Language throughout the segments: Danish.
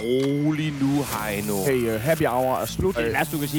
rolig nu, Heino. Hey, happy hour er slut. Det er værst, du kan sige.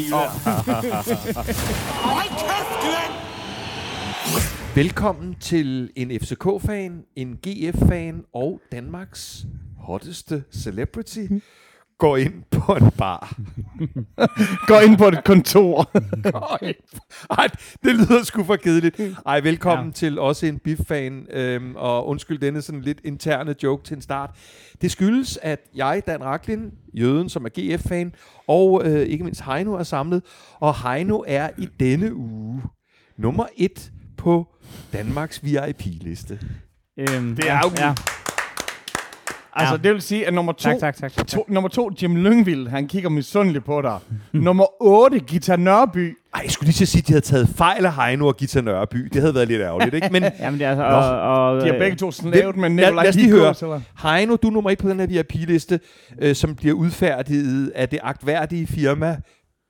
Velkommen til en FCK-fan, en GF-fan og Danmarks hotteste celebrity. Går ind på en bar. Går ind på et kontor. Ej, det lyder sgu for kedeligt. Ej, velkommen til også en BIF-fan. Og undskyld denne sådan lidt interne joke til en start. Det skyldes, at jeg, Dan Rachlin, jøden, som er GF-fan, og ikke mindst Heino er samlet. Og Heino er i denne uge nummer 1 på Danmarks VIP-liste. Det er jo... Ja. Altså, det vil sige, at nummer 2, tak. nummer 2, Jim Lyngvild, han kigger misundeligt på dig. Nummer 8, Gita Nørby. Ej, jeg skulle lige sige, at de havde taget fejl af Heino og Gita Nørby. Det havde været lidt ærgerligt, ikke? Men jamen, det er altså... de har begge to slavet med Nikolaj lad os lige høre. Higos, Heino, du er nummer 1 på den her VIP-liste, som bliver udfærdiget af det agtværdige firma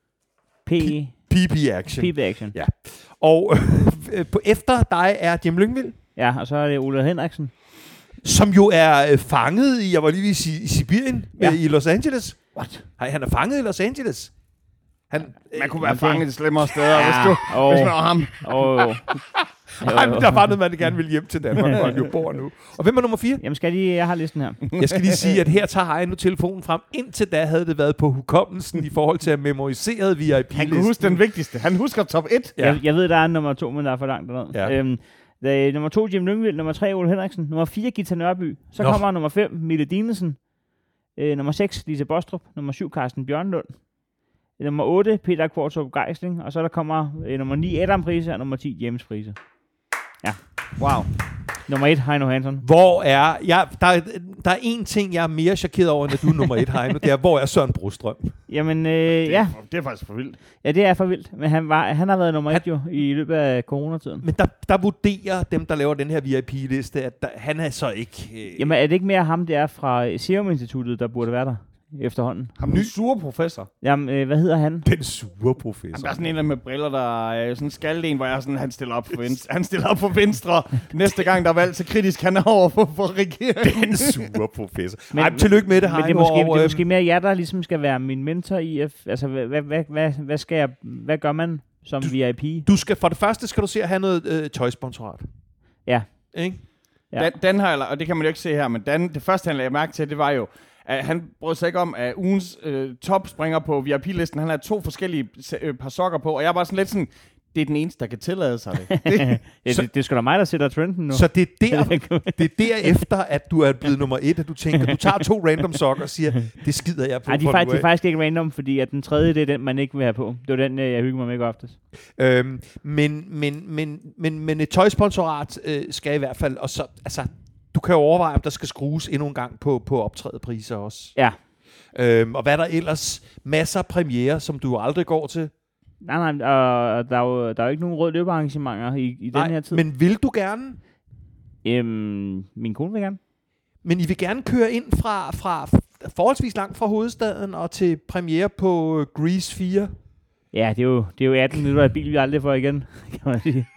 PP Action. PP Action. Ja. Og efter dig er Jim Lyngvild. Ja, og så er det Ole Henriksen. Som jo er fanget i, jeg var lige ved at sige, i Sibirien, i Los Angeles. What? Nej, han er fanget i Los Angeles. Man kunne være fanget i slemmere steder, hvis man var ham. Ej, men der var noget, man gerne ville hjem til Danmark, hvor han jo bor nu. Og hvem er nummer 4? Jamen, jeg har listen her. Jeg skal lige sige, at her tager Heino telefonen frem. Indtil da havde det været på hukommelsen i forhold til at memorisere VIP-listen. Han kunne huske den vigtigste. Han husker top 1. Ja. Jeg ved, der er nummer 2, men der er for langt derned. Ja. Nummer 2, Jim Lyngvild. Nummer 3, Ole Henriksen. Nummer 4, Gita Nørby. Så kommer nummer 5, Mille Dinesen. Nummer 6, Lise Bostrup. Nummer 7, Carsten Bjørnlund. Nummer 8, Peter Kvartrup Geisling. Og så der kommer nummer 9, Adam Prise. Og nummer 10, James Prise. Ja. Wow. Nummer 1, Heino Hansen. Hvor er... Der er én ting, jeg er mere chokeret over, end at du er nummer 1, Heino. Det er, hvor er Søren Brostrøm? Jamen, Det er faktisk for vildt. Ja, det er for vildt. Men han har været nummer 1 jo i løbet af coronatiden. Men der vurderer dem, der laver den her VIP-liste, at han er så ikke... Jamen, er det ikke mere ham, det er fra Serum Instituttet, der burde være der efterhånden? Ham den sure professor. Jamen, hvad hedder han? Den sure professor. Jamen, der er sådan en eller med briller, der er sådan en skalden, hvor jeg sådan, han stiller op for venstre. Næste gang, der er valgt så kritisk, han er over for regeringen. Den sure professor. Ej, tillykke med det, Heino. Men det er måske mere jer, der ligesom skal være min mentor i... Altså, hvad gør man som VIP? For det første skal du se at have noget tøjsponsorat. Ja. Ikke? Ja. Dan har, og det kan man jo ikke se her, men det første, han lagde mærke til, det var jo, at han brød sig ikke om, at ugens topspringer på VIP-listen, han havde 2 forskellige par sokker på, og jeg var sådan lidt sådan, det er den eneste, der kan tillade sig det. Det er sgu da mig, der sætter trenden nu. Så det er derefter, at du er blevet nummer 1, at du tænker, du tager 2 random sokker og siger, det skider jeg på. Nej, de er faktisk ikke random, fordi at den tredje, det er den, man ikke vil have på. Det var den, jeg hygger mig med oftest. Men et tøjsponsorat skal i hvert fald, og så, altså, du kan jo overveje, om der skal skrues endnu en gang på optrædepriser også. Ja. Og hvad er der ellers? Masser af premiere, som du aldrig går til? Nej, der er jo ikke nogen rød løbearrangementer i den her tid. Men vil du gerne? Min kone vil gerne. Men I vil gerne køre ind fra forholdsvis langt fra hovedstaden og til premiere på Grease 4? Ja, det er jo 18 minutter af bil, vi aldrig får igen, kan man sige.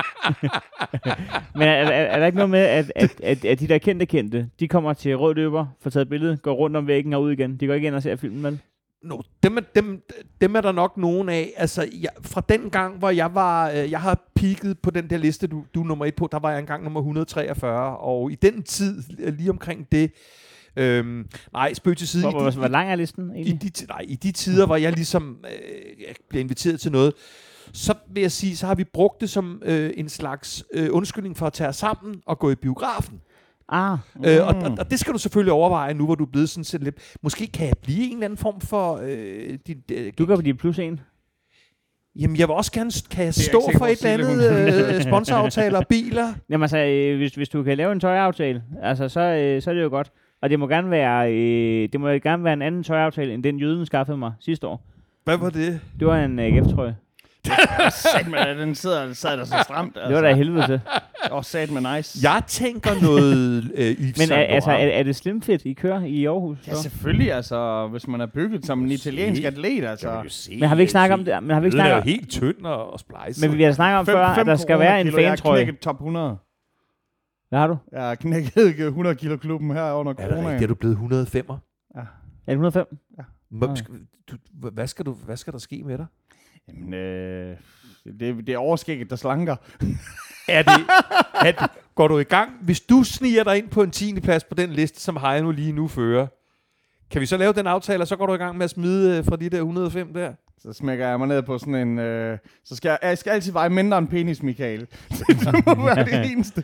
Men er der ikke noget med, at de der kendte, de kommer til rød løber, får taget billede, går rundt om væggen og ud igen. De går ikke ind og ser filmen, vel? No, dem er der nok nogen af. Altså, fra den gang, hvor jeg har peaket på den der liste, du er nummer 1 på, der var jeg engang nummer 143, og i den tid, lige omkring det, nej, spøg til side. Hvor lang er listen egentlig? I de tider, hvor jeg ligesom bliver inviteret til noget, så vil jeg sige, så har vi brugt det som en slags undskyldning for at tage os sammen og gå i biografen. Og det skal du selvfølgelig overveje nu, hvor du er blevet sådan set lidt. Måske kan jeg blive en eller anden form for... du kan blive plus 1. Jamen, jeg vil også gerne... Kan jeg stå for et eller andet sponsoraftaler og biler? Jamen altså, hvis du kan lave en tøjaftale, altså, så er det jo godt. Og det må gerne være en anden tøjaftale, end den jøden skaffede mig sidste år. Hvad var det? Det var en AGF-trøje. Den sad der så stramt. Altså. Det var da helvede til. Og sat med nice. Jeg tænker noget Men altså, er det slimfit, I kører i Aarhus? Ja, selvfølgelig. Altså, hvis man er bygget som en italiensk atlet. Altså. Men har vi ikke snakket om det? Det er jo helt tynd og splice. Men vi har snakket om før, at der skal være en fantrøje. Jeg har knækket top 100. Hvad har du? Jeg har knækket 100 kilo klubben her under corona. Er det rigtigt? Er du blevet 105'er? Ja. det 105? Hvad skal der ske med dig? Jamen, det er overskægget, der slanker. Går du i gang? Hvis du sniger dig ind på en 10. plads på den liste, som Heino lige nu fører, kan vi så lave den aftale, og så går du i gang med at smide fra de der 105 der? Så smækker jeg mig ned på sådan en... så skal jeg skal altid veje mindre end penis, Michael. Det må være det eneste.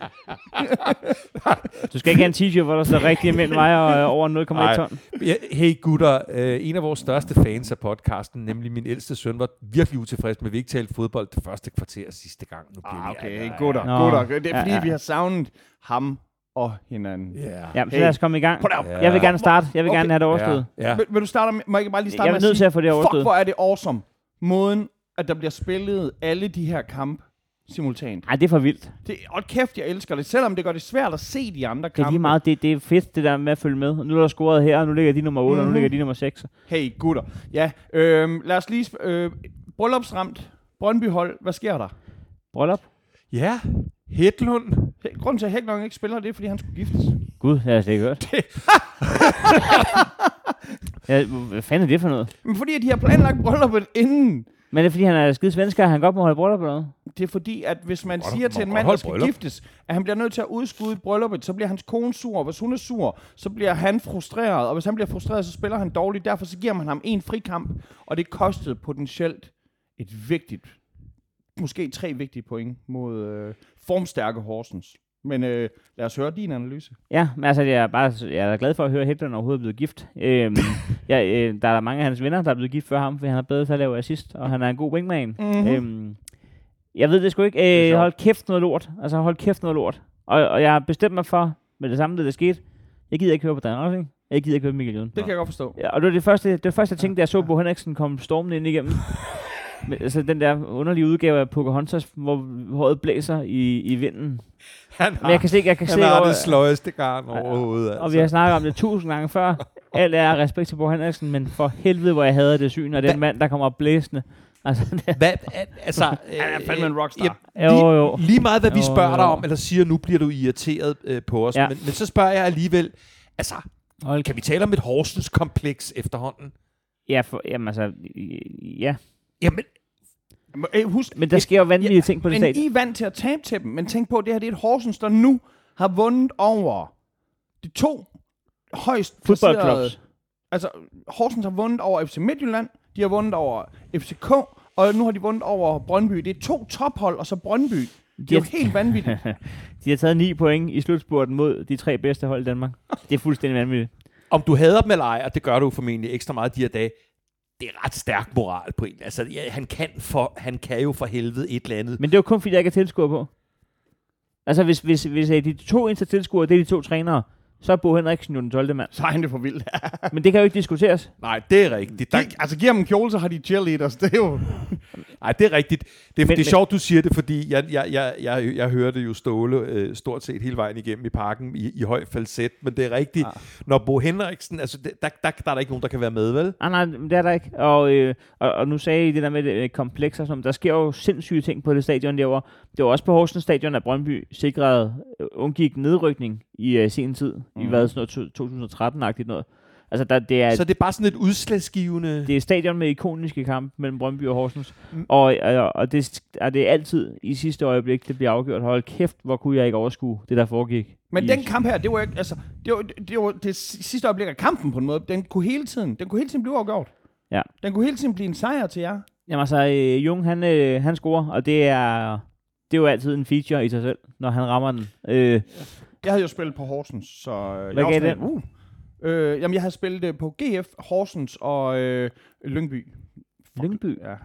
Du skal ikke have en t-shirt, hvor der står rigtige mænd vejer over 0,1 ton. Hey gutter, en af vores største fans af podcasten, nemlig min ældste søn, var virkelig utilfreds med, at vi ikke talte fodbold det første kvarter sidste gang. Nu Okay, gutter. Det er fordi, vi har savnet ham og hinanden. Ja, så lad os komme i gang. Jeg vil gerne starte. Jeg vil gerne have det overstået. Vil du starte med, må jeg bare lige starte jeg med at sige, nødt til at få det overstået. Fuck, hvor er det awesome. Måden, at der bliver spillet alle de her kampe simultant. Nej, det er for vildt. Kæft, jeg elsker det, selvom det gør det svært at se de andre kampe. Det er lige meget, det er fedt, det der med at følge med. Nu er der scoret her, og nu ligger de nummer 8, og nu ligger de nummer 6. Hey, gutter. Ja, lad os lige... bryllupsramt Brøndby-hold. Hvad sker der? Bryllup? Ja, Hedlund. Grunden til, at Hedlund ikke spiller, det er, fordi han skulle giftes. Gud, jeg har slet ikke hørt. Hvad fanden er det for noget? Men fordi, at de har planlagt brylluppet inden. Men det er, fordi han er skide svensker, han godt må holde bryllup eller noget? Det er fordi, at hvis man siger til en mand, der skal giftes, at han bliver nødt til at udskyde brylluppet, så bliver hans kone sur. Hvis hun er sur, så bliver han frustreret. Og hvis han bliver frustreret, så spiller han dårligt. Derfor så giver man ham en frikamp. Og det kostede potentielt et vigtigt, måske 3 vigtige point mod formstærke Horsens. Men lad os høre din analyse. Ja, men altså, jeg er glad for at høre, at Hedlund overhovedet er blevet gift. Der er mange af hans venner, der er blevet gift før ham, for han er bedre til at lave assist, og han er en god wingman. Jeg ved det sgu ikke. Hold kæft noget lort. Altså, hold kæft noget lort. Og jeg har bestemt mig for, med det samme, der skete, jeg gider ikke høre på Dan Rosing. Jeg gider ikke høre på Mikkel Jøden. Det kan jeg godt forstå. Ja, og det var det første, jeg tænkte, da jeg så Bo Henriksen komme stormende ind igennem. Altså den der underlige udgave af Pocahontas, hvor håret blæser i vinden. Men jeg kan se det sløjeste garn overhovedet. Altså. Og vi har snakket om det 1000 gange før. Alt er respekt til Bo Henriksen, men for helvede, hvor jeg hader det syn, og den mand, der kommer blæsende. Altså, han er fandme en rockstar. Lige meget, hvad vi spørger dig om, eller siger, nu bliver du irriteret på os. Ja. Men så spørger jeg alligevel, altså, kan vi tale om et Horsens kompleks efterhånden? Ja, ja. Jamen, husk, men der sker jo vanvittige ting på det stadion. Men I er vant til at tabe til dem. Men tænk på, at det her det er et Horsens, der nu har vundet over de 2 højst placerede. Altså, Horsens har vundet over FC Midtjylland, de har vundet over FCK, og nu har de vundet over Brøndby. Det er 2 tophold, og så Brøndby. Det er jo helt vanvittigt. De har taget 9 point i slutspurten mod de 3 bedste hold i Danmark. Det er fuldstændig vanvittigt. Om du hader dem eller ej, og det gør du formentlig ekstra meget de her dage, det er ret stærk moral på en. Altså, han kan jo for helvede et eller andet. Men det er jo kun fordi, der ikke er tilskuere på. Altså, hvis de 2 eneste tilskuere, det er de 2 trænere, så er Bo Henriksen jo den 12. mand. Så er han det for vildt. Men det kan jo ikke diskuteres. Nej, det er rigtigt. Altså, giver dem en kjole, så har de cheerleaders. Det er jo... Nej, det er rigtigt. Det er sjovt, du siger det, fordi jeg hørte jo Ståle stort set hele vejen igennem i parken i høj falset, men det er rigtigt. Når Bo Henriksen, altså der er der ikke nogen, der kan være med, vel? Nej, det er der ikke. Og nu sagde I det der med det kompleks og sådan, der sker jo sindssyge ting på det stadion derovre. Det var også på Horsens stadion, at Brøndby undgik nedrykning i sen tid. I hvad, sådan noget 2013-agtigt noget. Altså, så det er bare sådan et udslagsgivende... Det er stadion med ikoniske kamp mellem Brøndby og Horsens. Og det er altid i sidste øjeblik, det bliver afgjort. Hold kæft, hvor kunne jeg ikke overskue det, der foregik. Men den kamp her, det var ikke... Altså, det var det sidste øjeblik af kampen på en måde. Den kunne hele tiden blive afgjort. Ja. Den kunne hele tiden blive en sejr til jer. Jamen altså, Jung, han scorer, og det er jo altid en feature i sig selv, når han rammer den. Jeg havde jo spillet på Horsens, så... Hvad gav den? Jamen, jeg havde spillet det på GF, Horsens og Lyngby. Lyngby? Ja.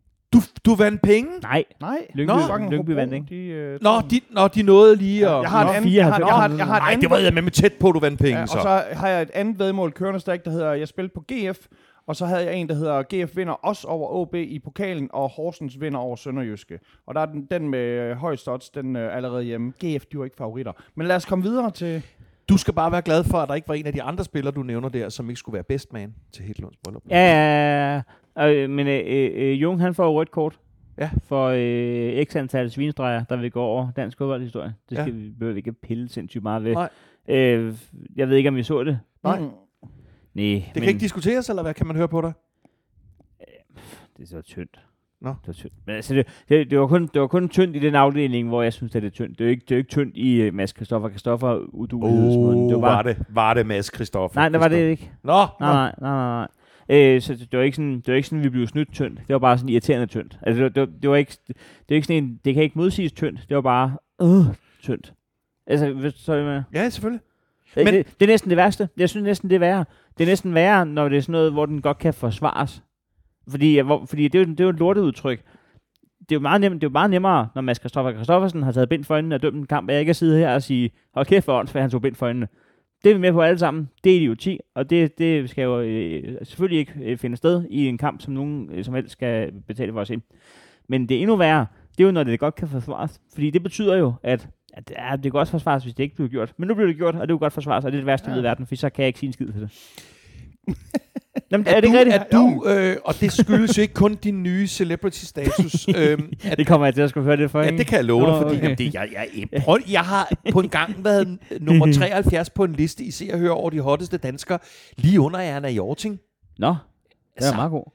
Du vandt penge? Nej. Lyngby vandt ikke. De nåede lige at... Jeg har et andet... det var jeg med tæt på, du vandt penge, og så har jeg et andet væddemål kørende stadig, der hedder, jeg spillede på GF, og så havde jeg en, der hedder GF vinder også over OB i pokalen, og Horsens vinder over Sønderjyske. Og der er den med højst odds, den allerede hjemme. GF, de var ikke favoritter. Men lad os komme videre til... Du skal bare være glad for, at der ikke var en af de andre spillere, du nævner der, som ikke skulle være best man til Hedlunds bryllup. Ja. Men Jung, han får rødt kort for x antal svinestreger, der vil gå over dansk fodboldhistorie. Det skal vi ikke pille sindssygt meget ved. Jeg ved ikke, om vi så det. Nej. Nej, Det kan ikke diskuteres, eller hvad kan man høre på dig? Det er så tyndt. Nå. Det var tyndt. Men altså, det var kun tyndt i den afdeling, hvor jeg synes, det er tyndt. Det er jo ikke tyndt i Mads Christoffer udulighedsmåden. Var det Mads Christoffer? Nej, det var det ikke. Nå. Nej. Så det var ikke sådan, vi blev snydt tyndt. Det var bare sådan irriterende tyndt. Altså, det var ikke sådan en, det kan ikke modsiges tyndt. Det var bare tyndt. Altså, så er det Ja, selvfølgelig. Men det er næsten det værste. Jeg synes næsten, det er værre. Det er næsten værre, når det er sådan noget, hvor den godt kan forsvares. Fordi det er jo et lorteudtryk. Det er jo meget nemmere, når Mads Christoffersen har taget bind for øjnene og dømt en kamp, at jeg ikke kan sidde her og sige, hold kæft for åndsfærdigt, han tog bind for øjnene. Det er vi med på alle sammen. Det er idioti, og det skal jo selvfølgelig ikke finde sted i en kamp, som nogen som helst skal betale for at se. Men det er endnu værre, det er jo, når det godt kan forsvares. Fordi det betyder jo, at det kan også forsvares, hvis det ikke bliver gjort. Men nu bliver det gjort, og det er jo godt forsvares, og det er det værste i verden, for så kan jeg ikke sige en skid til det. Jamen, er det ikke rigtigt? Og det skyldes jo ikke kun din nye celebrity-status. Det kommer jeg til at skulle høre det for. Ja, det kan jeg love dig, fordi jeg har på en gang været nummer 73 på en liste i Se og Hør over de hotteste danskere, lige under Erna Hjorting. Nå, det er meget god.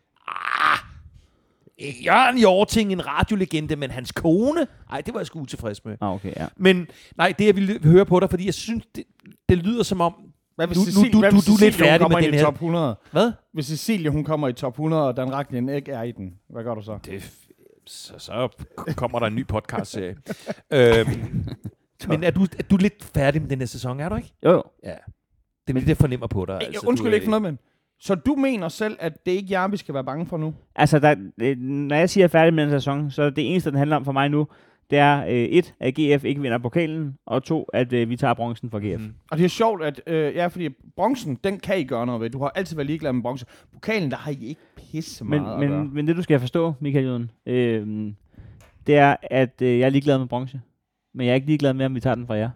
Jørgen Hjorting, en radiolegende, men hans kone? Nej, det var jeg sgu utilfreds med. Okay, ja. Men nej, det jeg ville høre på dig, fordi jeg synes, det lyder som om, hvad hvis du er lidt færdig med den her. Top 100? Hvad? Hvis Cecilie, hun kommer i top 100, og Dan Rachlin ikke er i den, hvad gør du så? Så kommer der en ny podcast-serie. Men er du lidt færdig med den her sæson, er du ikke? Jo. Ja. Det er det, jeg fornemmer på dig. Altså, undskyld ikke for noget, men så du mener selv, at det ikke er jer, vi skal være bange for nu? Altså, når jeg siger færdig med den sæson, så er det eneste, den handler om for mig nu, det er 1, at GF ikke vinder pokalen, og 2, at vi tager bronzen fra GF. Og det er sjovt, at fordi bronzen, den kan I gøre noget ved. Du har altid været ligeglad med bronze. Pokalen, der har I ikke pisse meget at gøre. Men det, du skal forstå, Michael Jøden, det er, at jeg er ligeglad med bronze. Men jeg er ikke ligeglad med, om vi tager den fra jer.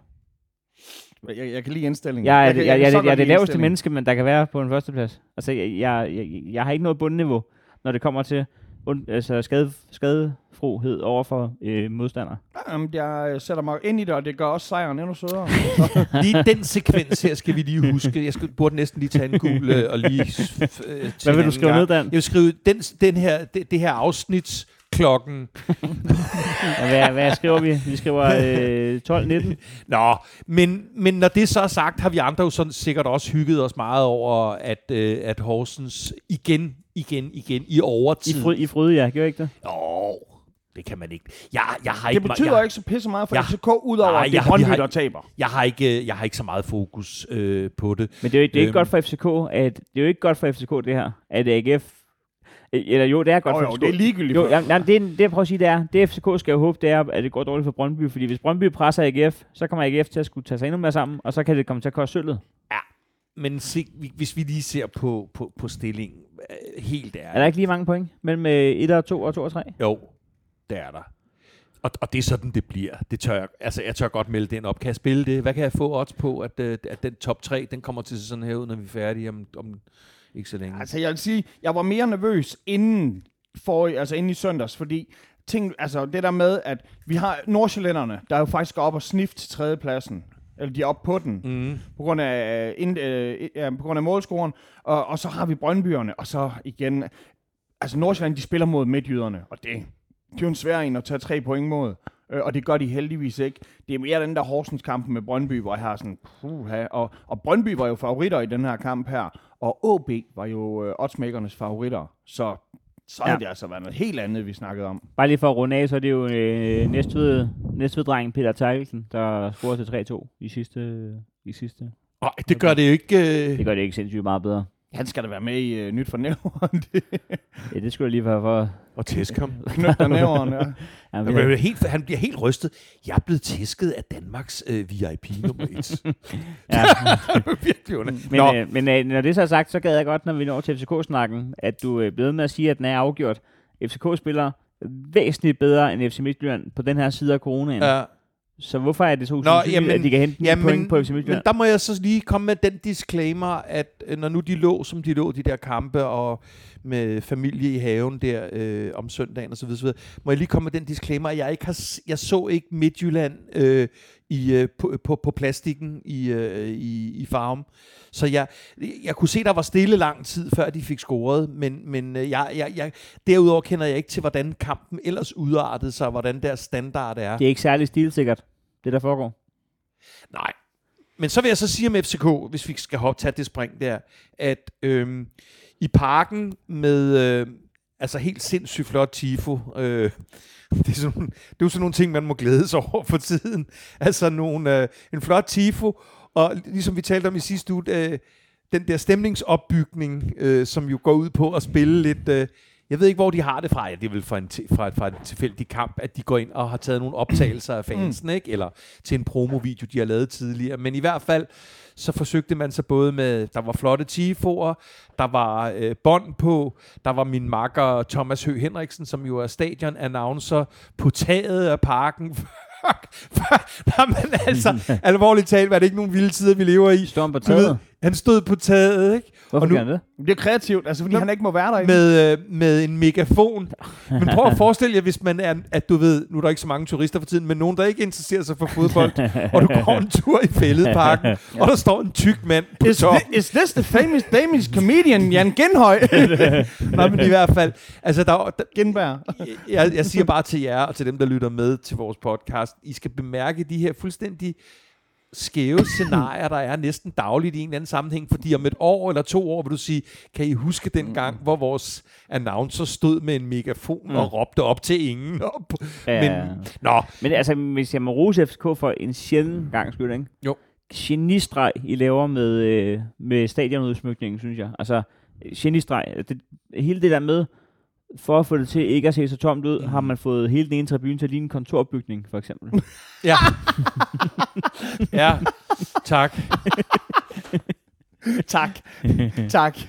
Jeg kan lide indstillingen. Jeg er det laveste menneske, men der kan være på en førsteplads. Altså, jeg har ikke noget bundniveau, når det kommer til skadefrohed over for modstandere. Jamen, jeg sætter mig ind i det, og det gør også sejren endnu sødere. Lige den sekvens her skal vi lige huske. Jeg burde næsten lige tage en gul og lige... Hvad vil du skrive ned, Dan? Jeg vil skrive det her afsnits klokken. Hvad skriver vi? Vi skriver 12:19. Nå, men når det så er sagt, har vi andre jo sådan sikkert også hygget os meget over, at Horsens igen i overtid. I Fryde, ja. Gjorde ikke det? Det kan man ikke. Jeg har det betyder ikke så pisse meget for FCK, udover at det er Brøndby, der taber. Jeg har ikke så meget fokus på det. Men det er ikke godt for FCK, det er jo ikke godt for FCK, det her, at AGF... Eller jo, det er godt for FCK. Det er ligegyldigt. Det jeg prøver at sige, det FCK skal jo håbe, det er, at det går dårligt for Brøndby. Fordi hvis Brøndby presser AGF, så kommer AGF til at skulle tage sig endnu mere sammen, og så kan det komme til at koste sølvet. Ja, men hvis vi lige ser på stillingen, helt ærligt. Er der ikke lige mange point mellem 1 og 2 og 2 og 3? Jo, det er der. Og det er sådan, det bliver. Det tør jeg tør godt melde den op. Kan jeg spille det? Hvad kan jeg få odds på, at den top 3, den kommer til sådan her ud, når vi er færdige om ikke så længe? Altså, jeg vil sige, jeg var mere nervøs inden i søndags, fordi det der med, at vi har nordsjællænderne, der jo faktisk går op og snifte til tredjepladsen. Eller de er oppe på den, på grund af målscoren. Og så har vi Brøndbyerne, og så igen... Altså, Nordsjælland, de spiller mod midtjyderne, og det er jo en svær en at tage 3 point mod. Og det gør de heldigvis ikke. Det er mere den der Horsens-kampen med Brøndby, hvor jeg har sådan... Og Brøndby var jo favoritter i den her kamp her, og AB var jo oddsmakernes favoritter. Så har det altså været noget helt andet, vi snakkede om. Bare lige for at runde af, så er det jo næstveddrengen Peter Terkelsen, der scorede til 3-2 i sidste. Nej, det gør det jo ikke... Det gør det ikke sindssygt meget bedre. Han skal da være med i Nyt for Nævren. Ja, det skulle jeg lige være for... Og tæske ham. Knyt der Nævren, ja. Han bliver helt rystet. Jeg er blevet tæsket af Danmarks VIP nummer 1. Ja. Virkelig under. Men når det så er sagt, så gad jeg godt, når vi når til FCK-snakken, at du er blevet med at sige, at den er afgjort. FCK spiller væsentligt bedere end FC Midtjylland på den her side af coronaen. Ja. Så hvorfor er det så usandsynligt, at de kan hente en point på FC Midtjylland? Men der må jeg så lige komme med den disclaimer, at når nu de lå, som de lå, de der kampe, og med familie i haven der om søndagen og så videre, må jeg lige komme med den disclaimer, at jeg så ikke Midtjylland på plastikken i Farum. Så jeg kunne se, der var stille lang tid, før de fik scoret, men jeg derudover kender jeg ikke til, hvordan kampen ellers udartede sig, hvordan deres standard er. Det er ikke særlig stilsikkert, det der foregår. Nej. Men så vil jeg så sige om FCK, hvis vi skal tage det spring der, at i parken med altså helt sindssygt flot tifo, det er jo sådan nogle ting, man må glædes over for tiden. Altså en flot tifo, og ligesom vi talte om i sidste uge, den der stemningsopbygning, som jo går ud på at spille lidt... Jeg ved ikke, hvor de har det fra. Ja, det er vel fra en tilfældig kamp, at de går ind og har taget nogle optagelser af fansen, ikke? Eller til en promovideo, de har lavet tidligere. Men i hvert fald, så forsøgte man sig både med, der var flotte tifoer, der var bånd på, der var min makker Thomas Høgh Henriksen, som jo er stadion-announcer på taget af parken. Men altså, alvorligt talt, var det ikke nogen vilde tider, vi lever i. Står han på taget? Han stod på taget, ikke? Hvorfor gør han det? Det er kreativt, altså fordi han ikke må være der. Med en megafon. Men prøv at forestille jer, hvis man er, at du ved, nu er der ikke så mange turister for tiden, men nogen, der ikke interesserer sig for fodbold, og du går en tur i Fælledparken, og der står en tyk mand på top. Is this the famous Danish comedian Jan Genhøj? Nej, men i hvert fald, altså Genberg. jeg siger bare til jer, og til dem, der lytter med til vores podcast, I skal bemærke de her fuldstændig skæve scenarier, der er næsten dagligt i en eller anden sammenhæng, fordi om et år eller 2 år vil du sige, kan I huske den gang, hvor vores announcer stod med en megafon og råbte op til ingen? Men altså, hvis jeg må rose FCK for en sjælden gang skyld, ikke? Jo. Genistreg, I laver med stadionudsmykningen, synes jeg. Altså, genistreg. Hele det der med, for at få det til ikke at se så tomt ud, har man fået hele den ene tribune til at ligne en kontorbygning, for eksempel. Ja. Ja, tak. Tak.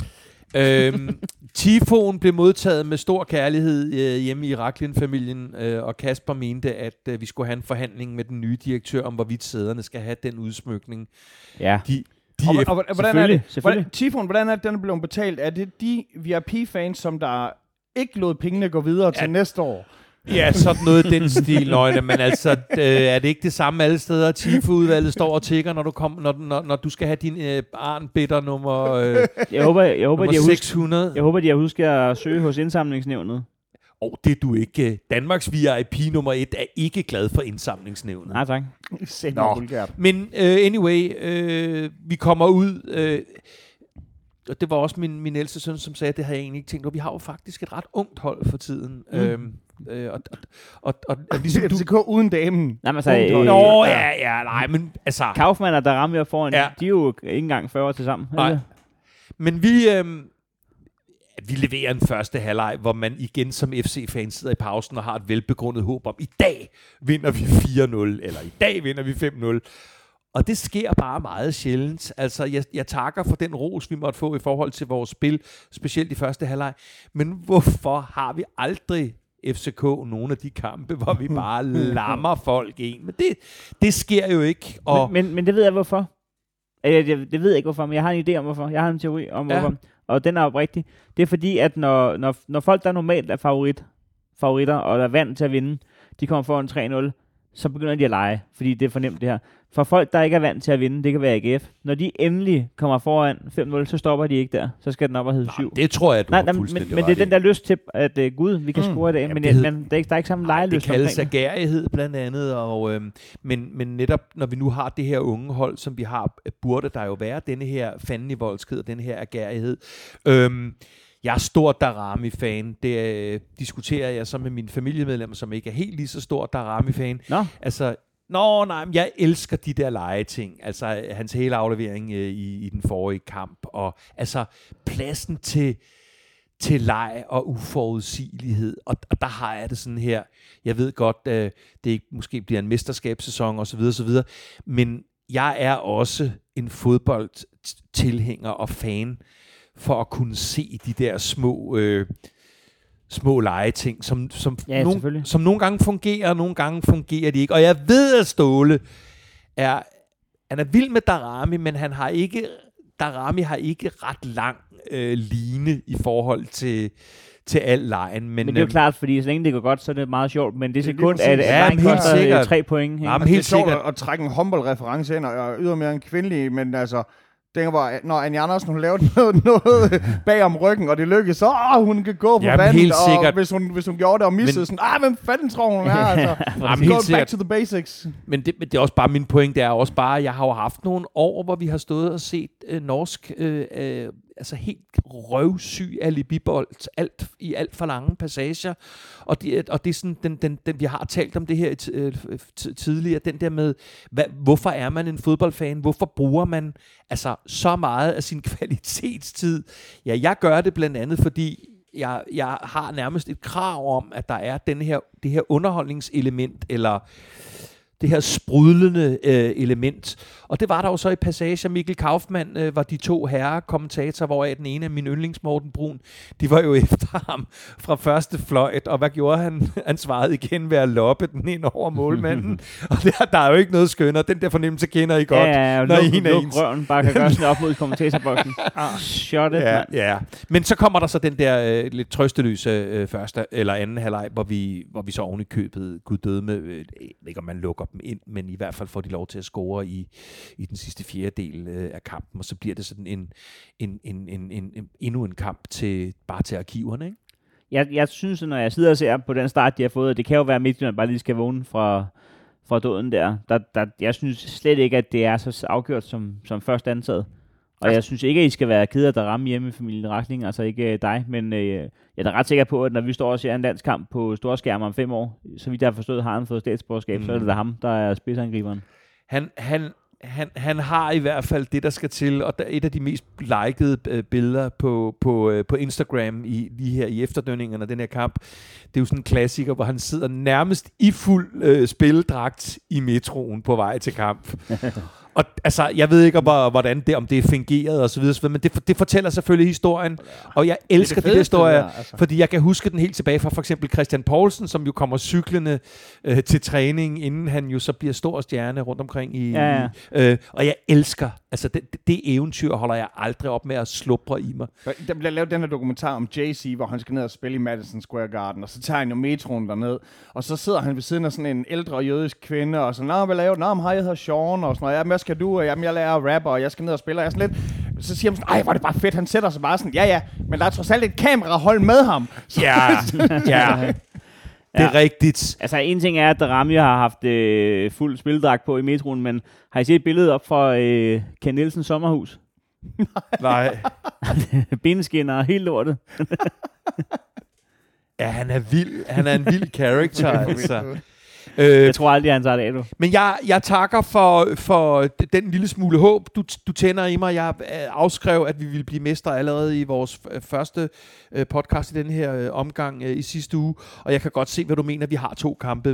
Tifoen blev modtaget med stor kærlighed hjemme i Raklin-familien, og Kasper mente, at vi skulle have en forhandling med den nye direktør om, hvorvidt sæderne skal have den udsmykning. Ja. Hvordan er det? Tifoen, hvordan er det, den er blevet betalt? Er det de VIP-fans, som der ikke lod pengene gå videre til næste år? Ja, sådan noget i den stil, nøgne. Men altså, er det ikke det samme alle steder? Tifo-udvalget står og tigger, når du skal have din Arnbitter nummer, jeg håber, nummer 600. Jeg håber, de har husket at søge hos indsamlingsnævnet. Det er du ikke. Danmarks VIP nummer 1 er ikke glad for indsamlingsnævnet. Nej, tak. Men anyway, vi kommer ud... og det var også min ældste søn, som sagde, at det havde jeg egentlig ikke tænkt over. Vi har jo faktisk et ret ungt hold for tiden. Og ligesom FCK uden damen. Nej, men så... nej, men altså... Kaufmann og Darami er foran, de er jo ikke engang 40 år til sammen. Nej. Men vi leverer en første halvleg, hvor man igen som FC-fan sidder i pausen og har et velbegrundet håb om, i dag vinder vi 4-0, eller i dag vinder vi 5-0. Og det sker bare meget sjældent. Altså, jeg takker for den ros, vi måtte få i forhold til vores spil, specielt i første halvleg. Men hvorfor har vi aldrig FCK nogle af de kampe, hvor vi bare lammer folk ind? Men det sker jo ikke. Og men det ved jeg hvorfor. Det ved jeg ikke hvorfor, men jeg har en idé om hvorfor. Jeg har en teori om hvorfor. Og den er oprigtig. Det er fordi, at når folk, der normalt er favoritter, og er vant til at vinde, de kommer foran 3-0, så begynder de at lege, fordi det er for nemt det her. For folk, der ikke er vant til at vinde, det kan være AGF. Når de endelig kommer foran 5-0, så stopper de ikke der. Så skal den op og hedde 7. Det tror jeg, du har fuldstændig men det er den der lyst til, at Gud, vi kan score i dag. Men der er ikke samme lejeløst. Det kaldes agerighed blandt andet. Og, men netop, når vi nu har det her unge hold, som vi har, burde der jo være denne her fandenivoldskhed og denne her agerighed. Jeg er stor Darami-fan. Det diskuterer jeg så med mine familiemedlemmer, som ikke er helt lige så stor Darami-fan. Altså, nej, men jeg elsker de der legeting. Altså, hans hele aflevering i den forrige kamp. Og altså, pladsen til leg og uforudsigelighed. Og der har jeg det sådan her. Jeg ved godt, det ikke måske bliver en mesterskabssæson osv. Men jeg er også en fodboldtilhænger og fan for at kunne se de der små legeting, som nogle gange fungerer, og nogle gange fungerer de ikke. Og jeg ved, at Ståle han er vild med Darami, men han har ikke Daramy har ikke ret lang line i forhold til al lejen. Men det er jo klart, fordi så længe det går godt, så er det meget sjovt, men det er sekund, at lejen koster 3 point. Ja, helt sikkert. At trække en Humble-reference ind, og ydermere en kvindelig, men altså, det var, når Anja Andersen, hun lavede noget bag om ryggen, og det lykkedes, så hun kan gå på vandet, og hvis hun gjorde det og missede, sådan, hvem fanden tror hun er? Altså, go back to the basics. Men det er også bare min point, det er også bare, jeg har jo haft nogle år, hvor vi har stået og set norsk, altså helt røvsyg alibibold, i alt for lange passager, og det er sådan, den vi har talt om det her tidligere, den der med, hvorfor er man en fodboldfan? Hvorfor bruger man altså så meget af sin kvalitetstid? Ja, jeg gør det blandt andet, fordi jeg har nærmest et krav om, at der er det her underholdningselement, eller det her sprudlende element. Og det var der jo så i passager. Mikkel Kaufmann var de to herrekommentatorer, hvoraf den ene af min yndlings, Morten Brun, de var jo efter ham fra første fløjt, og hvad gjorde han? Han svarede igen ved at loppe den ind over målmanden. Og der er jo ikke noget skønner. Den der fornemmelse kender I godt. Ja, når en af ens røven bare kan gøre sådan op mod kommentatorboksen. Shot it, man. Ja. Men så kommer der så den der lidt trøsteløse første eller anden halvleg, hvor vi så oven i købet Gud døde med, ikke om man lukker dem ind, men i hvert fald får de lov til at score i den sidste fjerdedel af kampen, og så bliver det sådan endnu en kamp til arkiverne, ikke? Jeg synes, når jeg sidder og ser på den start, de har fået, og det kan jo være Midtjylland bare lige skal vågne fra døden der. Jeg synes slet ikke, at det er så afgjort som først antaget. Og jeg synes ikke, at I skal være ked af at ramme hjemme i familien Rakling, altså ikke dig, men jeg er da ret sikker på, at når vi står og ser en landskamp på storskærm om 5 år, så vidt jeg har forstået, har han fået statsborgerskab, så er det da ham, der er spidsangriberen. Han har i hvert fald det, der skal til, og der er et af de mest likede billeder på Instagram lige her i efterdønningerne af den her kamp. Det er jo sådan en klassiker, hvor han sidder nærmest i fuld spilledragt i metroen på vej til kamp. Og altså, jeg ved ikke, om det er fingeret og så videre, men det fortæller selvfølgelig historien, og jeg elsker de historier, altså. Fordi jeg kan huske den helt tilbage fra for eksempel Christian Poulsen, som jo kommer cyklende til træning, inden han jo så bliver stor stjerne rundt omkring og jeg elsker, altså det eventyr holder jeg aldrig op med at slubre i mig. Der bliver lavet den her dokumentar om Jay-Z, hvor han skal ned og spille i Madison Square Garden, og så tager han jo metroen derned, og så sidder han ved siden af sådan en ældre jødisk kvinde, og så, hvad laver du? Hej, jeg hedder Sean, og sådan noget, hvad skal du? Jamen, jeg lærer at rappe, og jeg skal ned og spille, og jeg sådan lidt, så siger han sådan, hvor er det bare fedt, han sætter sig bare sådan, ja, men der er trods alt et kamerahold med ham. Ja. Det er rigtigt. Altså, en ting er, at Daramy har haft fuld spildragt på i metroen, men har I set billedet op fra Ken Nielsens sommerhus? Nej. Bindeskinner helt lortet. Ja, han er vild. Han er en vild character, altså. Jeg tror aldrig, han tager det af, du. Men jeg takker for den lille smule håb, du tænder i mig. Jeg afskrev, at vi ville blive mestre allerede i vores første podcast i den her omgang i sidste uge. Og jeg kan godt se, hvad du mener. Vi har 2 kampe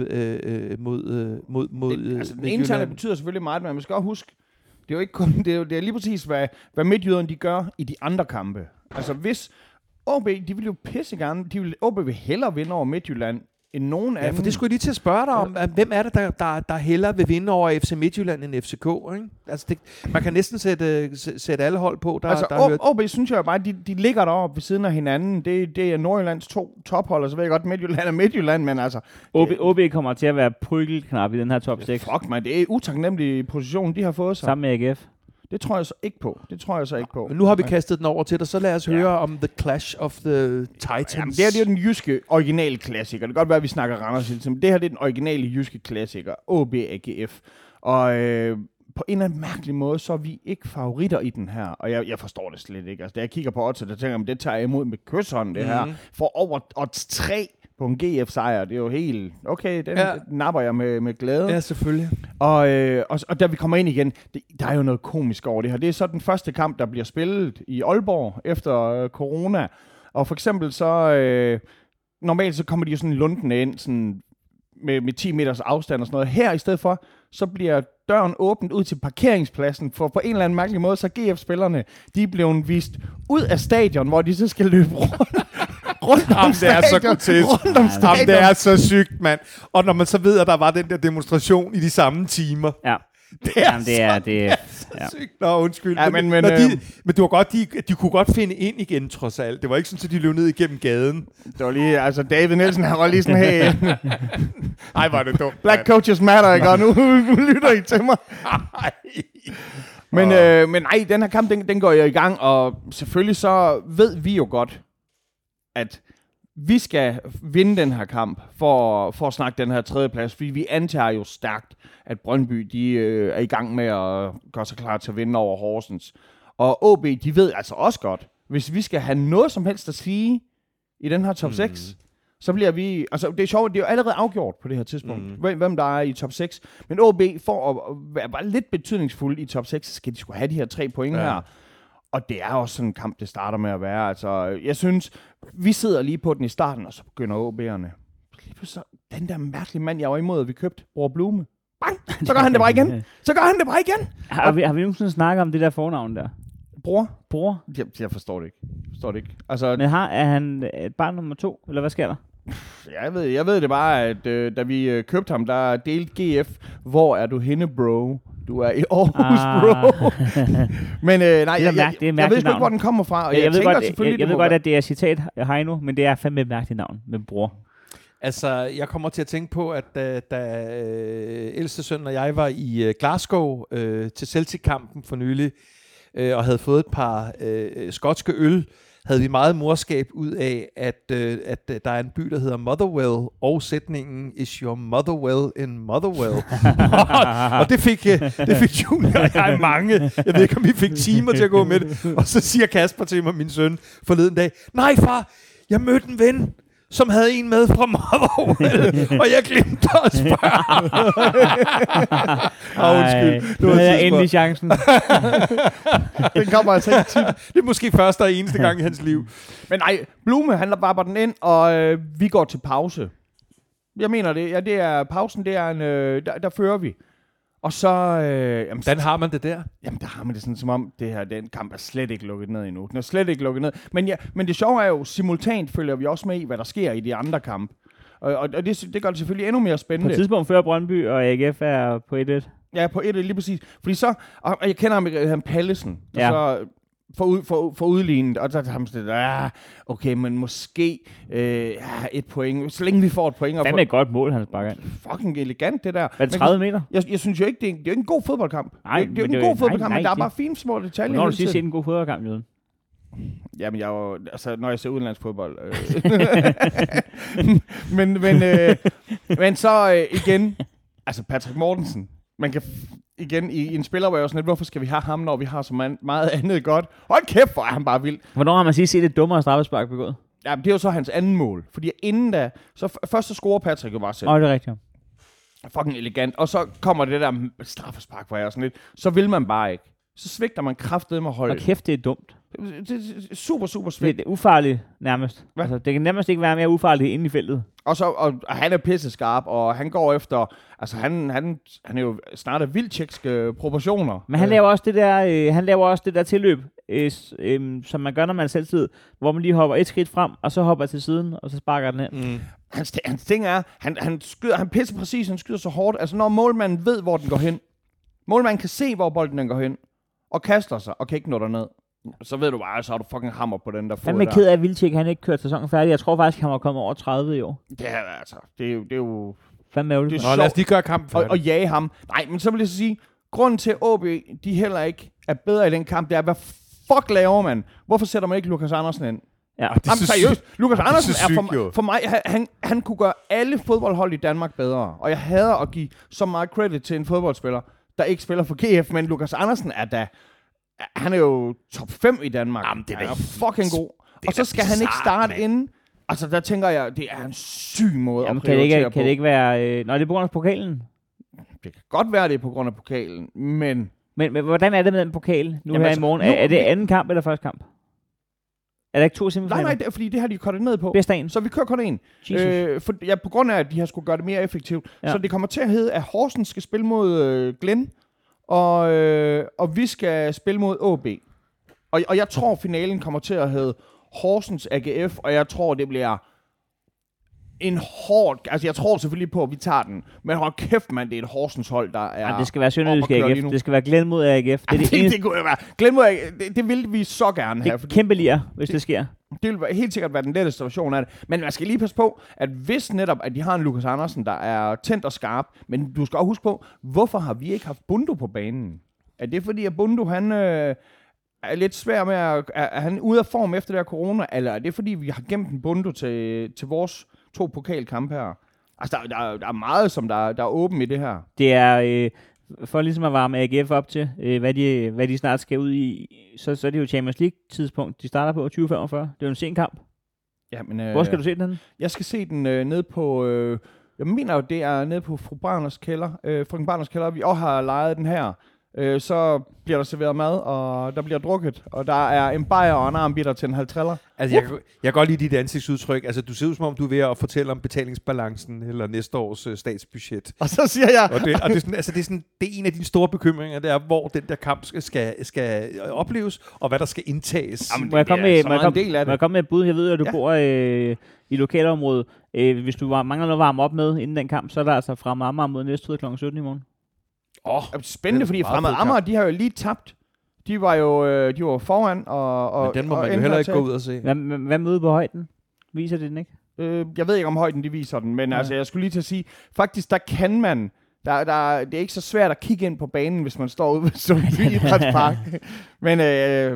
mod altså, den ene tal betyder selvfølgelig meget, men man skal også huske, det er jo ikke kun, det er lige præcis, hvad midtjyderne de gør i de andre kampe. Altså hvis OB, de vil jo pisse gerne, OB vil hellere vinde over Midtjylland, end nogen anden. Ja, for det skulle jeg lige til at spørge dig om. Hvem er det, der hellere vil vinde over FC Midtjylland end FCK? Ikke? Altså man kan næsten sætte alle hold på. OB synes jeg jo bare, de ligger deroppe ved siden af hinanden. Det er Nordjyllands 2 tophold, og så ved jeg godt, Midtjylland er Midtjylland, men altså... OB kommer til at være prygelknap i den her top 6. Fuck man, det er utaknemmelig position, de har fået sig. Sammen med AGF. Det tror jeg så ikke på. Men nu har vi kastet den over til dig, så lad os høre om The Clash of the Titans. Jamen, det er jo den jyske originale klassiker. Det kan godt være, at vi snakker Randers hele tiden, men det her det er den originale jyske klassiker. OB AGF. Og på en eller anden mærkelig måde, så er vi ikke favoritter i den her. Og jeg forstår det slet ikke. Altså, da jeg kigger på odds, der tænker jeg, det tager jeg imod med kysshånd, det her. For over odds 3 på en GF-sejr. Det er jo helt... Okay, den napper jeg med glæde. Ja, selvfølgelig. Og da vi kommer ind igen, der er jo noget komisk over det her. Det er så den første kamp, der bliver spillet i Aalborg efter corona. Og for eksempel så... normalt så kommer de jo sådan lundende ind sådan med 10 meters afstand og sådan noget. Her i stedet for, så bliver døren åbent ud til parkeringspladsen, for på en eller anden mærkelig måde, så GF-spillerne, de er blevet vist ud af stadion, hvor de så skal løbe rundt om det er så grotesk. Det er så sygt, mand. Og når man så ved, at der var den der demonstration i de samme timer. Ja. Det er ja. sygt. Nå, undskyld. Ja, men du var godt, de kunne godt finde ind igen, trods alt. Det var ikke sådan, at de løb ned igennem gaden. Det var lige, altså David Nielsen, han var lige sådan, hey, Ej, var det dumt. black coaches matter, ikke? Og nu lytter I til mig. Men nej, den her kamp, den går jo i gang, og selvfølgelig så ved vi jo godt, at vi skal vinde den her kamp for at snakke den her tredjeplads, fordi vi antager jo stærkt, at Brøndby de er i gang med at gøre sig klar til at vinde over Horsens. Og OB, de ved altså også godt, hvis vi skal have noget som helst at sige i den her top 6, så bliver vi... Altså, det er sjovt, det er jo allerede afgjort på det her tidspunkt, hvem der er i top 6. Men OB, for at være lidt betydningsfuld i top 6, så skal de sgu have de her 3 point her. Og det er også sådan en kamp, det starter med at være. Altså, jeg synes, vi sidder lige på den i starten, og så begynder OB'erne. Lige pludselig, den der mærkelige mand, jeg var imod, at vi købte, Bror Blume. Bang! Så gør han det bare igen. Har vi nogensinde snakket om det der fornavn der? Bror? Jeg forstår det ikke. Altså, men er han et barn nummer 2, eller hvad sker der? Jeg ved det bare, at da vi købte ham, der delte GF, hvor er du henne, bro? Du er i Aarhus, bro. Men nej, jeg ved ikke, hvor den kommer fra. Og jeg ved godt, at det er citat Heino, men det er fandme et mærkeligt navn med Bror. Altså, jeg kommer til at tænke på, at da ældste søn og jeg var i Glasgow til Celtic-kampen for nylig, og havde fået et par skotske øl, havde vi meget morskab ud af, at der er en by, der hedder Motherwell, og sætningen, is your mother well in Motherwell? Og det fik Junior og jeg mange. Jeg ved ikke, om vi fik timer til at gå med det. Og så siger Kasper til mig, min søn, forleden dag, nej far, jeg mødte en ven, som havde en med fra Motherwell, og jeg glemte at spørge. Undskyld. Nu havde jeg endelig chancen. Den kommer altså ikke tit. Det er måske første og eneste gang i hans liv. Men nej, Blume, han varper den ind, og vi går til pause. Jeg mener det. Ja, det er pausen, det er en... Der fører vi. Og så... Hvordan har man det der? Jamen, der har man det sådan, som om den kamp er slet ikke lukket ned endnu. Den er slet ikke lukket ned. Men det sjove er jo, simultant følger vi også med i, hvad der sker i de andre kampe. Og det gør det selvfølgelig endnu mere spændende. På et tidspunkt fører Brøndby, og AGF er på 1-1. Ja, på 1-1, lige præcis. Fordi så... Og jeg kender ham, Pallesen, der så... For udlignet, og så har han sådan, okay, men måske 1 point, så længe vi får et point. Hvad med et godt mål, han sparker ind? Fucking elegant, det der. Er det 30 meter? Jeg synes jo ikke, det er jo ikke en god fodboldkamp. Nej, det er jo ikke en god fodboldkamp, men der er bare fine små detaljer. Hvornår har du set en god fodboldkamp, Jøden? Jamen, når jeg ser udenlandsk fodbold. Men så igen, altså Patrick Mortensen, man kan igen i en spiller, hvor jeg også sådan lidt, hvorfor skal vi have ham, når vi har så meget andet godt? Hold kæft, hvor er han bare vild. Hvornår har man set et dummere straffespark begået? Ja, det er jo så hans anden mål. Fordi inden da, så først så scorer Patrick jo bare selv. Det er rigtigt. Fucking elegant. Og så kommer det der straffespark, hvor jeg er sådan lidt, så vil man bare ikke. Så svigter man kraftedeme med holdet. Og kæft, det er dumt. Det er super, super svigt. Det er ufarligt nærmest. Altså, det kan nærmest ikke være mere ufarligt inde i feltet. Og han er pisseskarp, og han går efter... Altså, han er jo snart af vildtjekske proportioner. Men han laver også det der tilløb, som man gør, når man er selvtid, hvor man lige hopper et skridt frem, og så hopper til siden, og så sparker den ind. Hans ting er, han pisser præcis, han skyder så hårdt. Altså, når målmanden ved, hvor den går hen. Målmanden kan se, hvor bolden den går hen, og kaster sig, og kan ikke nå derned. Så ved du bare, så har du fucking hammer på den der fod der. Han er ked af, at Vildtjek, han ikke kørt sæsonen færdig. Jeg tror faktisk, han var kommet over 30 i år. Det er altså, det er jo fandme ærgerligt. Lad os lige gøre kampen færdig. Og jage ham. Nej, men så vil jeg så sige, grunden til, at OB, de heller ikke er bedre i den kamp, det er, hvad fuck laver man? Hvorfor sætter man ikke Lukas Andersen ind? Ja. Jamen seriøst, Lukas Andersen er for mig, han kunne gøre alle fodboldhold i Danmark bedre. Og jeg hader at give så meget credit til en fodboldspiller, der ikke spiller for GF, men Lukas Andersen er da... Han er jo top 5 i Danmark. Jamen, det er fucking god. Og så skal han ikke starte inden. Altså, der tænker jeg, det er en syg måde at prioritere på. Kan det ikke være... Nå, det er på grund af pokalen? Det kan godt være, det er på grund af pokalen, men... Men hvordan er det med den pokal nu her i morgen? Er det anden kamp eller første kamp? Er der ikke 2 semifinaler? Nej, det er, fordi det har de kortet ned på. Bedst så vi kører kun en. På grund af, at de har skulle gøre det mere effektivt. Ja. Så det kommer til at hedde, at Horsens skal spille mod Glenn, og vi skal spille mod AB. Og jeg tror, finalen kommer til at hedde Horsens AGF, og jeg tror, det bliver en hård... Altså, jeg tror selvfølgelig på, at vi tager den. Men hold kæft, mand, det er et Horsens hold, der er... Ja, det skal være Sønderjysk AGF. Det skal være Glenn mod AGF. Det er det kunne jo være. Glenn mod AGF, det ville vi så gerne have. Det er kæmpe lir, hvis det sker. Det vil helt sikkert være den letteste situation af det. Men man skal lige passe på, at hvis netop, at de har en Lukas Andersen, der er tændt og skarp, men du skal også huske på, hvorfor har vi ikke haft Bundu på banen? Er det fordi, at Bundu, han er lidt svær med er han ude af form efter det her corona, eller er det fordi, vi har gemt en Bundu til vores 2 pokalkampe her? Altså, der er meget, som der er åben i det her. Det er... for ligesom at varme AGF op til, hvad de snart skal ud i, så er det jo Champions League-tidspunkt, de starter på 2045. Det er jo en sen kamp. Ja, men, hvor skal du se den? Jeg skal se den nede på... jeg mener jo, det er nede på Fru Barners kælder. Frøken Barners kælder. Vi også har lejet den her. Så bliver der serveret mad, og der bliver drukket, og der er en bajer og en armbitter til en halv triller. Altså, jeg kan godt lide dit ansigtsudtryk. Altså, du ser ud som om, du er ved at fortælle om betalingsbalancen eller næste års statsbudget. Og så siger jeg... Og det er sådan, altså, det er en af dine store bekymringer, det er, hvor den der kamp skal opleves, og hvad der skal indtages. Jamen, må jeg komme med et bud? Jeg ved, at du bor i lokalområdet. Hvis du mangler noget at varme op med inden den kamp, så er der altså fra Amager mod Næstved kl. 17 i morgen. Spændende, fordi Fremad Amager, de har jo lige tabt. De var foran, og men den må man jo heller ikke gå ud og se. Hvad med ude på højden? Viser det den ikke? Jeg ved ikke, om højden de viser den, men altså, jeg skulle lige til at sige, faktisk, der kan man, det er ikke så svært at kigge ind på banen, hvis man står ude ved Sundby Idrætspark. Men det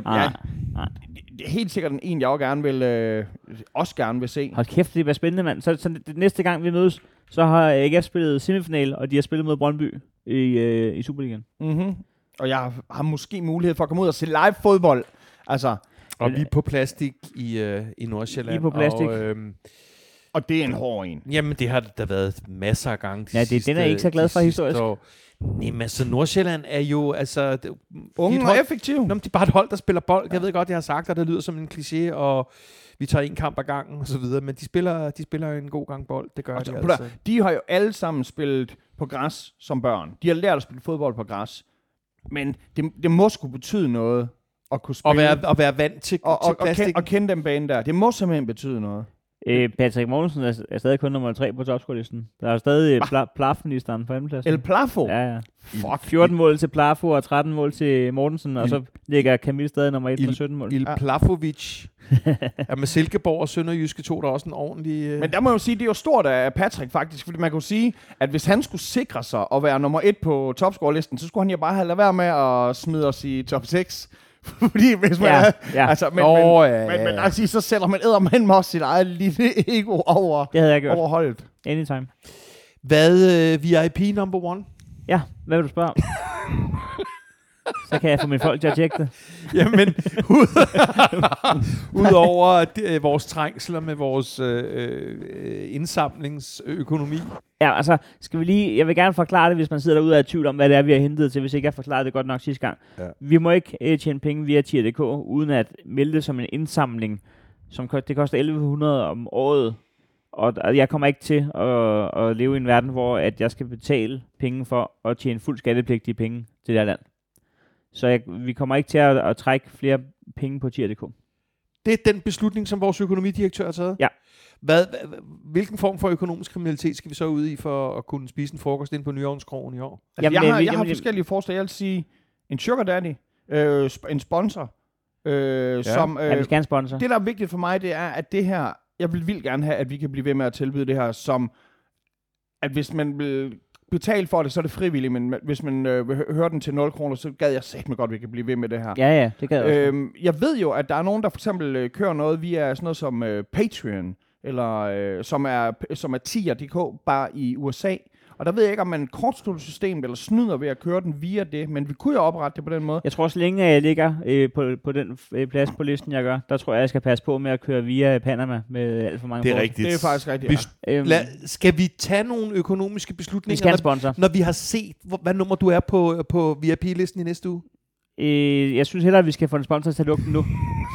er helt sikkert en, jeg også gerne vil se. Hold kæft, det bliver spændende, mand. Så det næste gang, vi mødes, så har AGF spillet semifinal, og de har spillet mod Brøndby i Superligaen. Mm-hmm. Og jeg har måske mulighed for at komme ud og se live fodbold. Altså, og vi er på plastik i Nordsjælland. Vi er på plastik. Og det er en hård en. Jamen, det har der været masser af gange. Den er ikke så glad for historisk. Nej, altså Nordsjælland er jo altså... Unge og effektiv. Det er bare et hold, der spiller bold. Jeg ved godt, jeg har sagt, at det lyder som en kliché, og vi tager en kamp ad gangen og så videre, men de spiller en god gang bold. Det gør de altså. De har jo alle sammen spillet på græs som børn. De har lært at spille fodbold på græs. Men det må sgu betyde noget at kunne spille. Og være vant til plastik. Og kende den bane der. Det må simpelthen betyde noget. Patrick Mogensen er stadig kun nummer 3 på topscorelisten. Der er stadig Plafnisteren på andenpladsen. El Plafo? Ja. Fuck. 14 mål til Plafo og 13 mål til Mortensen, og så ligger Camille stadig nummer 1 med 17 mål. Il Plafovic. Ja, med Silkeborg og Sønderjyske tog der også en ordentlig... Men der må jeg jo sige, det er jo stort af Patrick faktisk, fordi man kunne sige, at hvis han skulle sikre sig at være nummer 1 på topscorelisten, så skulle han jo bare have lade være med at smide os i top 6. Fordi hvis man altså, men altså, så sætter man eddermand også sit eget lille ego over, det havde jeg gjort. Over holdet. Anytime. Hvad VIP number 1? Ja, hvad vil du spørge om? Så kan jeg få mine folk til at tjekke det. Jamen, udover vores trængsler med vores indsamlingsøkonomi. Ja, altså, jeg vil gerne forklare det, hvis man sidder derude og er i tvivl om, hvad det er, vi har hentet til, hvis ikke jeg forklarer det godt nok sidste gang. Ja. Vi må ikke tjene penge via tier.dk, uden at melde det som en indsamling, det koster 1.100 om året. Og jeg kommer ikke til at leve i en verden, hvor at jeg skal betale penge for at tjene fuld skattepligtige penge til det her land. Så vi kommer ikke til at trække flere penge på tier.dk. Det er den beslutning, som vores økonomidirektør har taget? Ja. Hvilken form for økonomisk kriminalitet skal vi så ud i for at kunne spise en frokost ind på Nyhavnskrogen i år? Altså, jeg har forskellige forslag. Jeg vil sige en sugar daddy, en sponsor. Som, vi skal have en sponsor. Det, der er vigtigt for mig, det er, at det her... Jeg vil vildt gerne have, at vi kan blive ved med at tilbyde det her som... At hvis man vil betale for det, så er det frivilligt, men hvis man hører den til 0 kroner, så gad jeg satme godt, at vi kan blive ved med det her. Ja, det gad jeg også. Jeg ved jo, at der er nogen, der for eksempel kører noget via sådan noget som Patreon, eller som er tier.dk, bare i USA. Og der ved jeg ikke, om man kortstolsystemet eller snyder ved at køre den via det, men vi kunne jo oprette det på den måde. Jeg tror, så længe jeg ligger på den plads på listen, jeg gør, der tror jeg skal passe på med at køre via Panama med alt for mange. Det er rigtigt. Det er faktisk rigtigt. Skal vi tage nogle økonomiske beslutninger, vi skal have sponsor, når vi har set, hvad nummer du er på VIP-listen i næste uge? Jeg synes hellere, at vi skal få en sponsor til at lukke den nu.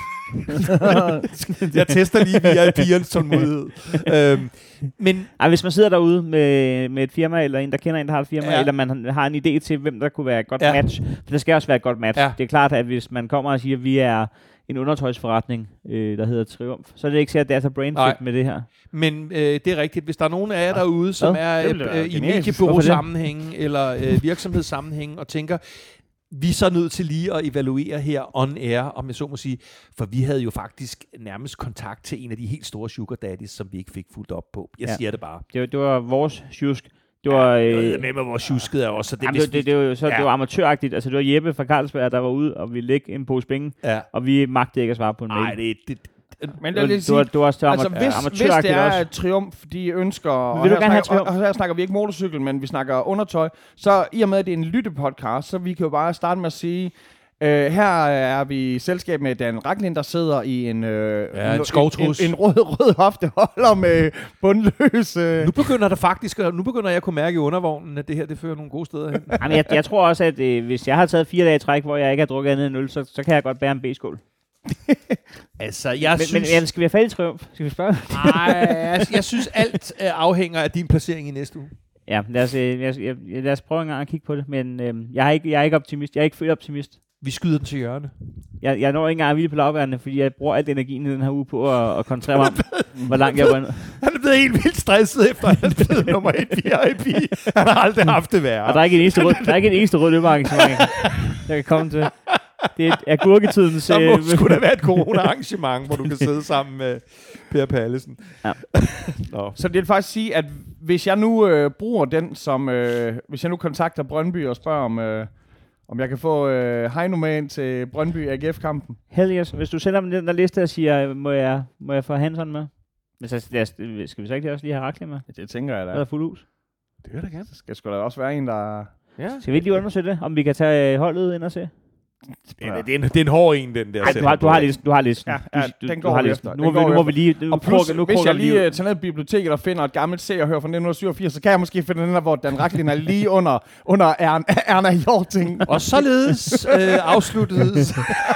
Jeg tester lige VIP'ernes tålmodighed. Men hvis man sidder derude med et firma, eller en, der kender en, der har et firma, eller man har en idé til, hvem der kunne være et godt match, for det skal også være et godt match. Ja. Det er klart, at hvis man kommer og siger, at vi er en undertøjsforretning, der hedder Triumf. Så er det ikke sikkert, at det er så brainfit med det her. Men det er rigtigt. Hvis der er nogen af jer derude, som er i mediebureau-sammenhængen eller virksomhedssammenhængen og tænker, vi er så nødt til lige at evaluere her on air, om jeg så må sige, for vi havde jo faktisk nærmest kontakt til en af de helt store sugar daddies, som vi ikke fik fuldt op på. Jeg siger det bare. Det var vores sjusk. Det var med vores sjusket er også. Det var amatøragtigt. Altså det var Jeppe fra Carlsberg, der var ude og ville lægge en pose penge, og vi magtede ikke at svare på en mail. Nej, men det var også hvis det er at Triumf, de ønsker, og her snakker vi ikke motorcykel, men vi snakker undertøj, så i og med, at det er en lyttepodcast, så vi kan jo bare starte med at sige, her er vi i selskab med Dan Rachlin, der sidder i en skovtrus. En rød hofteholder med bundløs. Nu begynder jeg at kunne mærke i undervognen, at det her det fører nogle gode steder hen. Jamen, jeg tror også, at hvis jeg har taget 4 dage i træk, hvor jeg ikke har drukket andet end øl, så kan jeg godt bære en B-skål. Altså, jeg synes... Men skal vi have fat i Triumf? Skal vi spørge? Nej, jeg synes alt afhænger af din placering i næste uge. Ja, lad os prøve en gang at kigge på det, men jeg er ikke optimist. Jeg er ikke følt optimist. Vi skyder den til hjørne. Jeg når ikke engang at hvile på lavværende, fordi jeg bruger alt energien i den her uge på at koncentrere mig om, hvor langt jeg var. Han er blevet helt vildt stresset efter, at han er blevet nummer 1 VIP. Han har aldrig haft det værre. Og der er ikke en eneste rød løbearrangement, jeg kan komme til. Det er agurketidens... Der skulle der være et corona-arrangement, hvor du kan sidde sammen med Per Pallesen. Ja. Så det vil faktisk sige, at hvis jeg nu bruger den som... hvis jeg nu kontakter Brøndby og spørger om jeg kan få Heino med ind til Brøndby AGF-kampen. Hell yes. Hvis du sender dem den der liste og siger, må jeg få Hansen med? Men så skal vi så ikke også lige have Rachlin med? Det tænker jeg da. Er der fuld hus? Det vil da gerne. Så skal sgu da også være en, der... Ja. Skal vi ikke lige undersøge det? Om vi kan tage holdet ind og se? Det er en hård en, den der. Ej, du har lidt. Den går efter. Nu må vi lige... Og plus, hvis jeg lige tager ned i biblioteket og finder et gammelt Se og Hør fra 1987, så kan jeg måske finde den der, hvor Dan Rachlin er lige under Erna Hjorting. Og således afsluttedes.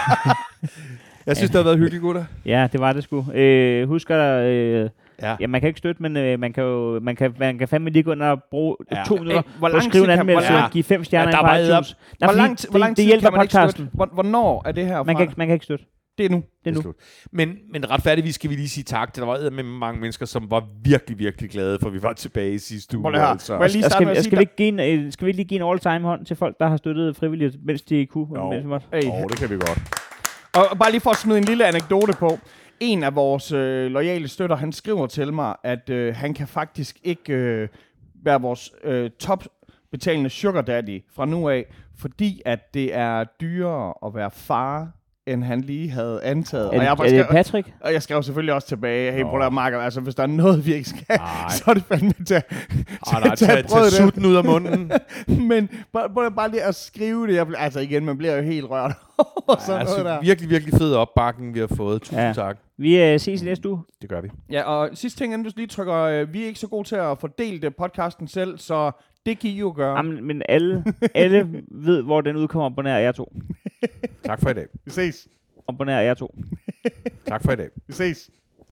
Jeg synes, det har været hyggeligt, gutter. Ja, det var det sgu. Husker der... Ja, man kan ikke støtte, men man kan fandme lige gå ind og bruge 2 minutter på at skrive en anmeldelse og give 5 stjerner på iTunes. Hvor lang tid kan man ikke støtte? Hvornår er det her fra? Man kan ikke støtte. Det er nu. Men retfærdigvis skal vi lige sige tak til, der var med mange mennesker, som var virkelig, virkelig glade, for vi var tilbage i sidste uge. Skal vi ikke lige give en all-time hånd til folk, der har støttet frivilligt, mens de kunne? Det kan vi godt. Og bare lige for at smide en lille anekdote på. En af vores loyale støtter, han skriver til mig, at han kan faktisk ikke være vores topbetalende sugar daddy fra nu af, fordi at det er dyrere at være far, end han lige havde antaget. Er det Patrick? Og jeg skrev selvfølgelig også tilbage, hey bror, Marker, altså hvis der er noget, vi ikke skal, så er det fandme til at tage sutten ud af munden. Men bare lige at skrive det, altså igen, man bliver jo helt rørt. Virkelig, virkelig fed opbakning, vi har fået. Tusind tak. Vi ses i næste uge. Det gør vi. Ja, og sidste ting, inden du lige trykker, vi er ikke så gode til at fordele podcasten selv, så det kan I jo gøre. Jamen, men alle ved, hvor den udkommer. Abonner jer 2. Tak for i dag. Vi ses. Abonner jer 2. Tak for i dag. Vi ses.